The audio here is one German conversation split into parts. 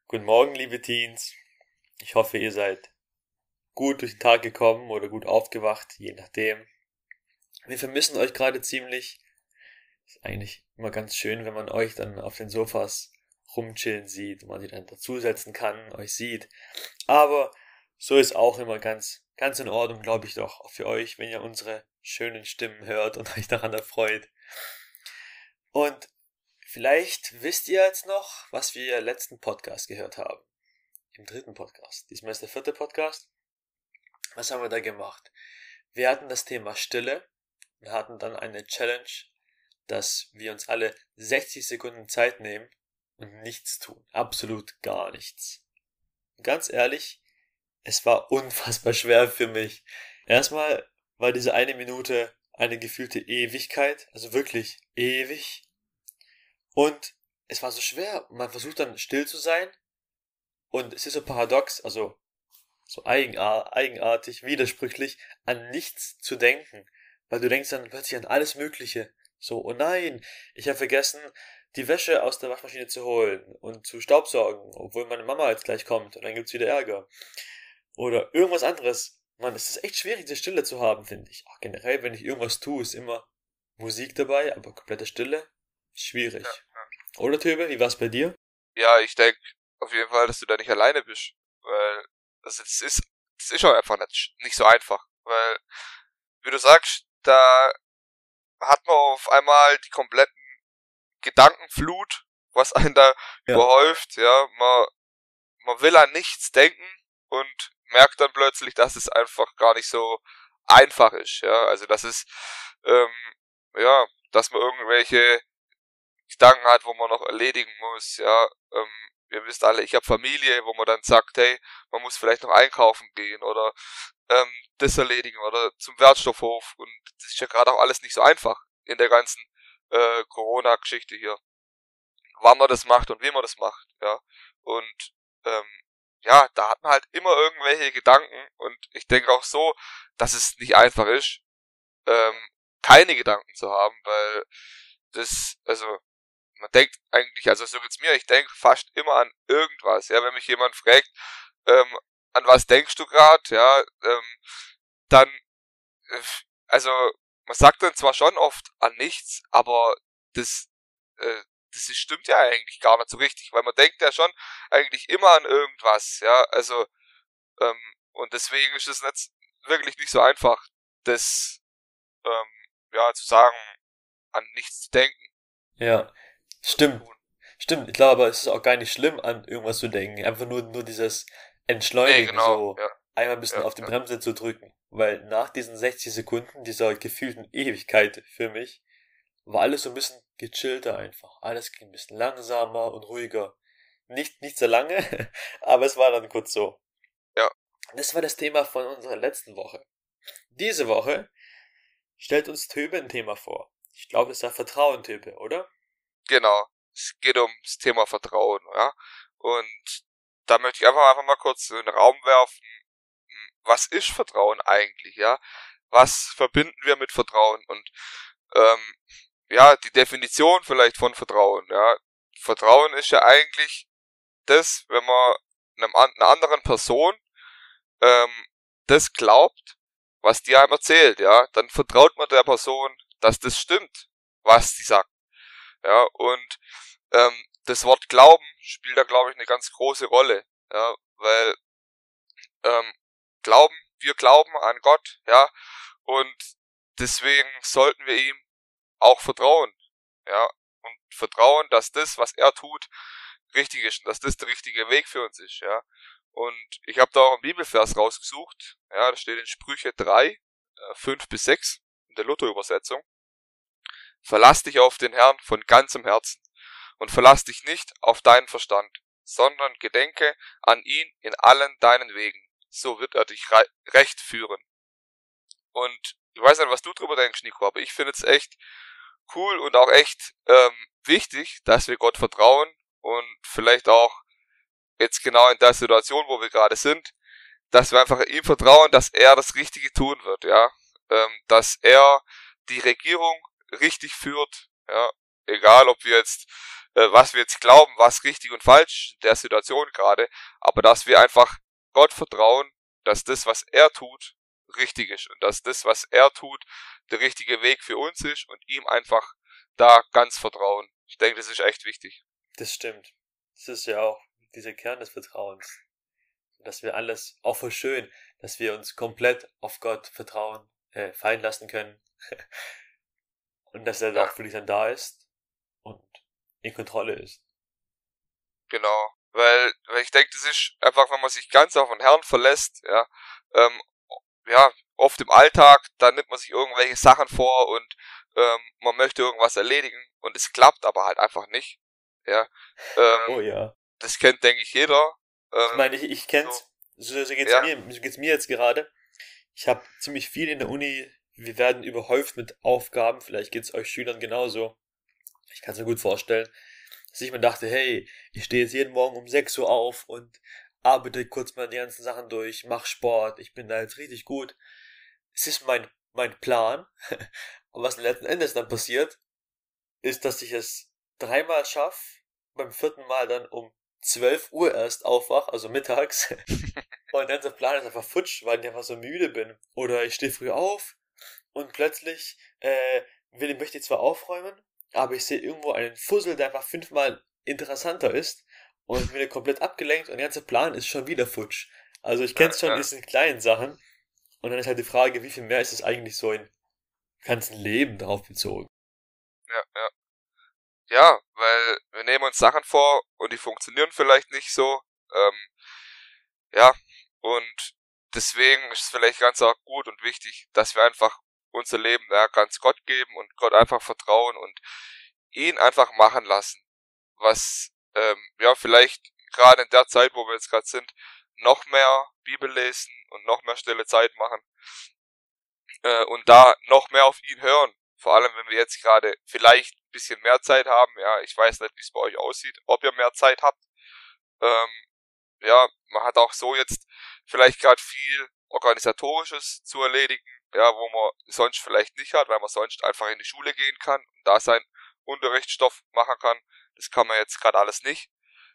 Guten Morgen, liebe Teens. Ich hoffe, ihr seid gut durch den Tag gekommen oder gut aufgewacht, je nachdem. Wir vermissen euch gerade ziemlich. Ist eigentlich immer ganz schön, wenn man euch dann auf den Sofas rumchillen sieht und man sich dann dazusetzen kann, euch sieht. Aber so ist auch immer ganz in Ordnung, glaube ich doch, auch für euch, wenn ihr unsere schönen Stimmen hört und euch daran erfreut. Und vielleicht wisst ihr jetzt noch, was wir im letzten Podcast gehört haben. Im dritten Podcast. Diesmal ist der vierte Podcast. Was haben wir da gemacht? Wir hatten das Thema Stille und hatten dann eine Challenge, dass wir uns alle 60 Sekunden Zeit nehmen und nichts tun. Absolut gar nichts. Und ganz ehrlich, es war unfassbar schwer für mich. Erstmal war diese eine Minute eine gefühlte Ewigkeit, also wirklich ewig. Und es war so schwer. Man versucht dann still zu sein. Und es ist so paradox, also so eigenartig, widersprüchlich, an nichts zu denken. Weil du denkst dann plötzlich an alles Mögliche. So, oh nein, ich habe vergessen, die Wäsche aus der Waschmaschine zu holen und zu staubsaugen, obwohl meine Mama jetzt gleich kommt und dann gibt's wieder Ärger. Oder irgendwas anderes. Mann, es ist echt schwierig, diese Stille zu haben, finde ich. Auch generell, wenn ich irgendwas tue, ist immer Musik dabei, aber komplette Stille, schwierig. Oder Töbe, wie war's bei dir? Ja, ich denke auf jeden Fall, dass du da nicht alleine bist. Weil, also das ist auch einfach nicht so einfach. Weil, wie du sagst, da hat man auf einmal die kompletten Gedankenflut, was einen da überhäuft, ja. Man will an nichts denken und merkt dann plötzlich, dass es einfach gar nicht so einfach ist, ja. Also, ähm, dass man irgendwelche Gedanken hat, wo man noch erledigen muss, ja. Ihr wisst alle, ich habe Familie, wo man dann sagt, hey, man muss vielleicht noch einkaufen gehen oder das erledigen oder zum Wertstoffhof, und das ist ja gerade auch alles nicht so einfach in der ganzen Corona-Geschichte hier, wann man das macht und wie man das macht, ja. Und da hat man halt immer irgendwelche Gedanken, und ich denke auch so, dass es nicht einfach ist, keine Gedanken zu haben, weil man denkt eigentlich, also so geht's mir, ich denke fast immer an irgendwas, ja, wenn mich jemand fragt, an was denkst du gerade, ja, dann, also, man sagt dann zwar schon oft an nichts, aber das, stimmt ja eigentlich gar nicht so richtig, weil man denkt ja schon eigentlich immer an irgendwas, ja, also, und deswegen ist es jetzt wirklich nicht so einfach, das, zu sagen, an nichts zu denken. Ja, stimmt. Stimmt, ich glaube aber, es ist auch gar nicht schlimm, an irgendwas zu denken. Einfach nur dieses Nee, Entschleunigen, genau, so ja, einmal ein bisschen auf die Bremse zu drücken. Weil nach diesen 60 Sekunden, dieser gefühlten Ewigkeit für mich, war alles so ein bisschen gechillter einfach. Alles ging ein bisschen langsamer und ruhiger. Nicht so lange, aber es war dann kurz so. ja. Das war das Thema von unserer letzten Woche. Diese Woche stellt uns Töbe ein Thema vor. Ich glaube, es war Vertrauen, Töbe, oder? Genau. Es geht ums Thema Vertrauen, ja. Und da möchte ich einfach mal kurz in den Raum werfen, was ist Vertrauen eigentlich, ja? Was verbinden wir mit Vertrauen? Und die Definition vielleicht von Vertrauen, ja. Vertrauen ist ja eigentlich das, wenn man einer anderen Person das glaubt, was die einem erzählt, ja, dann vertraut man der Person, dass das stimmt, was die sagt. Ja, und das Wort Glauben spielt da, glaube ich, eine ganz große Rolle, ja, weil wir glauben an Gott, ja, und deswegen sollten wir ihm auch vertrauen, ja, und vertrauen, dass das, was er tut, richtig ist und dass das der richtige Weg für uns ist, ja. Und ich habe da auch einen Bibelvers rausgesucht, ja, das steht in Sprüche 3, 5-6 in der Luther-Übersetzung. Verlass dich auf den Herrn von ganzem Herzen und verlass dich nicht auf deinen Verstand, sondern gedenke an ihn in allen deinen Wegen. So wird er dich recht führen. Und ich weiß nicht, was du drüber denkst, Nico, aber ich finde es echt cool und auch echt wichtig, dass wir Gott vertrauen und vielleicht auch jetzt genau in der Situation, wo wir gerade sind, dass wir einfach ihm vertrauen, dass er das Richtige tun wird, ja, dass er die Regierung richtig führt, ja, egal ob wir jetzt was wir jetzt glauben, was richtig und falsch in der Situation gerade, aber dass wir einfach Gott vertrauen, dass das, was er tut, richtig ist und dass das, was er tut, der richtige Weg für uns ist und ihm einfach da ganz vertrauen. Ich denke, das ist echt wichtig. Das stimmt. Das ist ja auch dieser Kern des Vertrauens. Dass wir alles, auch voll schön, dass wir uns komplett auf Gott vertrauen, fallen lassen können. Und dass er Ja, auch wirklich dann da ist und in Kontrolle ist. genau. Weil ich denke, das ist einfach, wenn man sich ganz auf den Herrn verlässt, ähm, ja, oft im Alltag, dann nimmt man sich irgendwelche Sachen vor und man möchte irgendwas erledigen und es klappt aber halt einfach nicht. Ja, Oh ja. das kennt, denke ich, jeder. Ich meine, ich kenn's. So Ja, geht's mir jetzt gerade. Ich habe ziemlich viel in der Uni. Wir werden überhäuft mit Aufgaben. Vielleicht geht's euch Schülern genauso. Ich kann es mir gut vorstellen, dass ich mir dachte, hey, ich stehe jetzt jeden Morgen um 6 Uhr auf und arbeite kurz mal die ganzen Sachen durch, mach Sport, ich bin da jetzt richtig gut. Es ist mein Plan. Aber was letzten Endes dann passiert, ist, dass ich es dreimal schaffe, beim vierten Mal dann um 12 Uhr erst aufwach, also mittags. Und der ganze Plan ist einfach futsch, weil ich einfach so müde bin. Oder ich stehe früh auf und plötzlich möchte ich zwar aufräumen, aber ich sehe irgendwo einen Fussel, der einfach 5-mal interessanter ist und ich bin komplett abgelenkt und der ganze Plan ist schon wieder futsch. Also ich kenne es schon in ja, diesen kleinen Sachen und dann ist halt die Frage, wie viel mehr ist es eigentlich so im ganzen Leben darauf bezogen. ja. Ja, weil wir nehmen uns Sachen vor und die funktionieren vielleicht nicht so. Ja, und deswegen ist es vielleicht ganz auch gut und wichtig, dass wir einfach unser Leben ganz Gott geben und Gott einfach vertrauen und ihn einfach machen lassen. Was vielleicht gerade in der Zeit, wo wir jetzt gerade sind, noch mehr Bibel lesen und noch mehr stille Zeit machen und da noch mehr auf ihn hören. Vor allem, wenn wir jetzt gerade vielleicht ein bisschen mehr Zeit haben. Ja, ich weiß nicht, wie es bei euch aussieht, ob ihr mehr Zeit habt. Ähm, man hat auch so jetzt vielleicht gerade viel Organisatorisches zu erledigen, ja, wo man sonst vielleicht nicht hat, weil man sonst einfach in die Schule gehen kann und da seinen Unterrichtsstoff machen kann. Das kann man jetzt gerade alles nicht.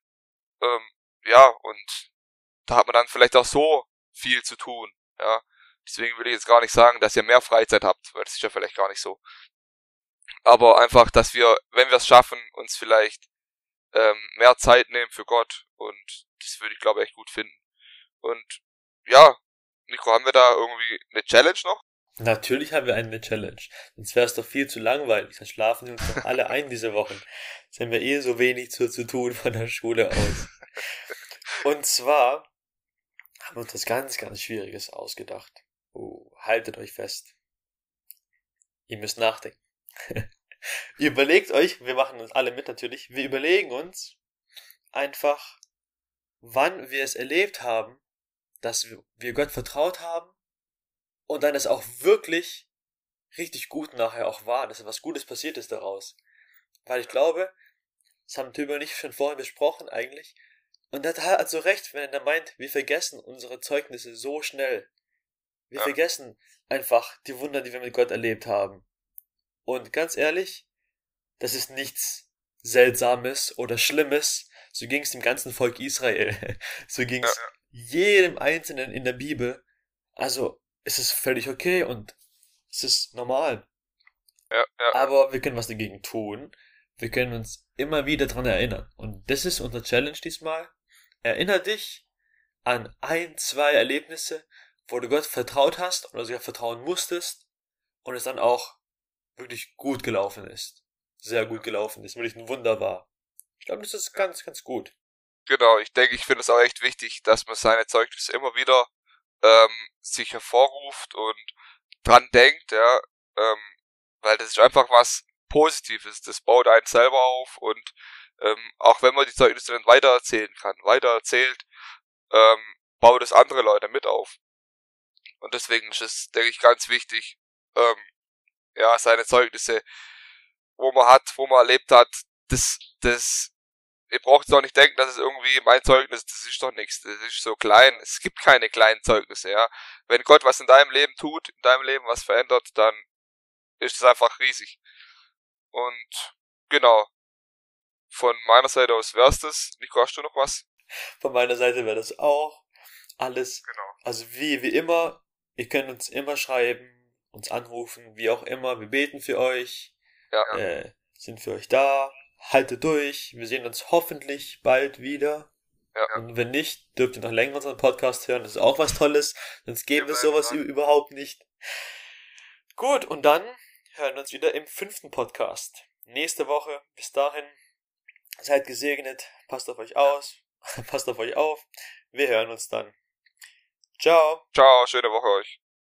Und da hat man dann vielleicht auch so viel zu tun, ja. Deswegen will ich jetzt gar nicht sagen, dass ihr mehr Freizeit habt, weil das ist ja vielleicht gar nicht so. Aber einfach, dass wir, wenn wir es schaffen, uns vielleicht mehr Zeit nehmen für Gott und das würde ich glaube echt gut finden. Und ja, Nico, haben wir da irgendwie eine Challenge noch? Natürlich haben wir eine Challenge. Sonst wäre es doch viel zu langweilig. Dann schlafen wir uns doch alle ein diese Wochen. Jetzt haben wir so wenig zu tun von der Schule aus. Und zwar haben wir uns was ganz, ganz Schwieriges ausgedacht. Haltet euch fest. Ihr müsst nachdenken. Ihr überlegt euch, wir machen uns alle mit natürlich, wir überlegen uns einfach, wann wir es erlebt haben, dass wir Gott vertraut haben und dann es auch wirklich richtig gut nachher auch war, dass etwas Gutes passiert ist daraus. Weil ich glaube, das haben Töber nicht schon vorhin besprochen eigentlich, und er hat so recht, wenn er meint, wir vergessen unsere Zeugnisse so schnell. Wir Ja, vergessen einfach die Wunder, die wir mit Gott erlebt haben. Und ganz ehrlich, das ist nichts Seltsames oder Schlimmes. So ging es dem ganzen Volk Israel. So ging ja, es jedem Einzelnen in der Bibel. Also es ist völlig okay und es ist normal. ja. Aber wir können was dagegen tun. Wir können uns immer wieder dran erinnern. Und das ist unser Challenge diesmal. Erinner dich an 1, 2 Erlebnisse, wo du Gott vertraut hast oder sogar vertrauen musstest und es dann auch wirklich gut gelaufen ist. Sehr gut gelaufen ist, wirklich ein Wunder war. Ich glaube, das ist ganz, ganz gut. Genau, ich finde es auch echt wichtig, dass man seine Zeugnisse immer wieder sich hervorruft und dran denkt, ja, weil das ist einfach was Positives, das baut einen selber auf und auch wenn man die Zeugnisse dann weitererzählen kann, weitererzählt, baut es andere Leute mit auf. Und deswegen ist es, denke ich, ganz wichtig, ähm, seine Zeugnisse, wo man hat, wo man erlebt hat, das ihr braucht jetzt auch nicht denken, dass es irgendwie mein Zeugnis, das ist doch nichts, das ist so klein. Es gibt keine kleinen Zeugnisse, ja. Wenn Gott was in deinem Leben tut, in deinem Leben was verändert, dann ist es einfach riesig. Und genau. von meiner Seite aus wär's das. Nico, hast du noch was? Von meiner Seite wäre das auch alles. Genau. Also wie immer, ihr könnt uns immer schreiben, uns anrufen, wie auch immer. Wir beten für euch, Ja. sind für euch da. Haltet durch. Wir sehen uns hoffentlich bald wieder. Ja. Und wenn nicht, dürft ihr noch länger unseren Podcast hören. Das ist auch was Tolles. Sonst gäbe es sowas überhaupt nicht. Gut, und dann hören wir uns wieder im 5. Podcast. Nächste Woche. Bis dahin. Seid gesegnet. Passt auf euch aus. Passt auf euch auf. Wir hören uns dann. Ciao. Ciao, schöne Woche euch.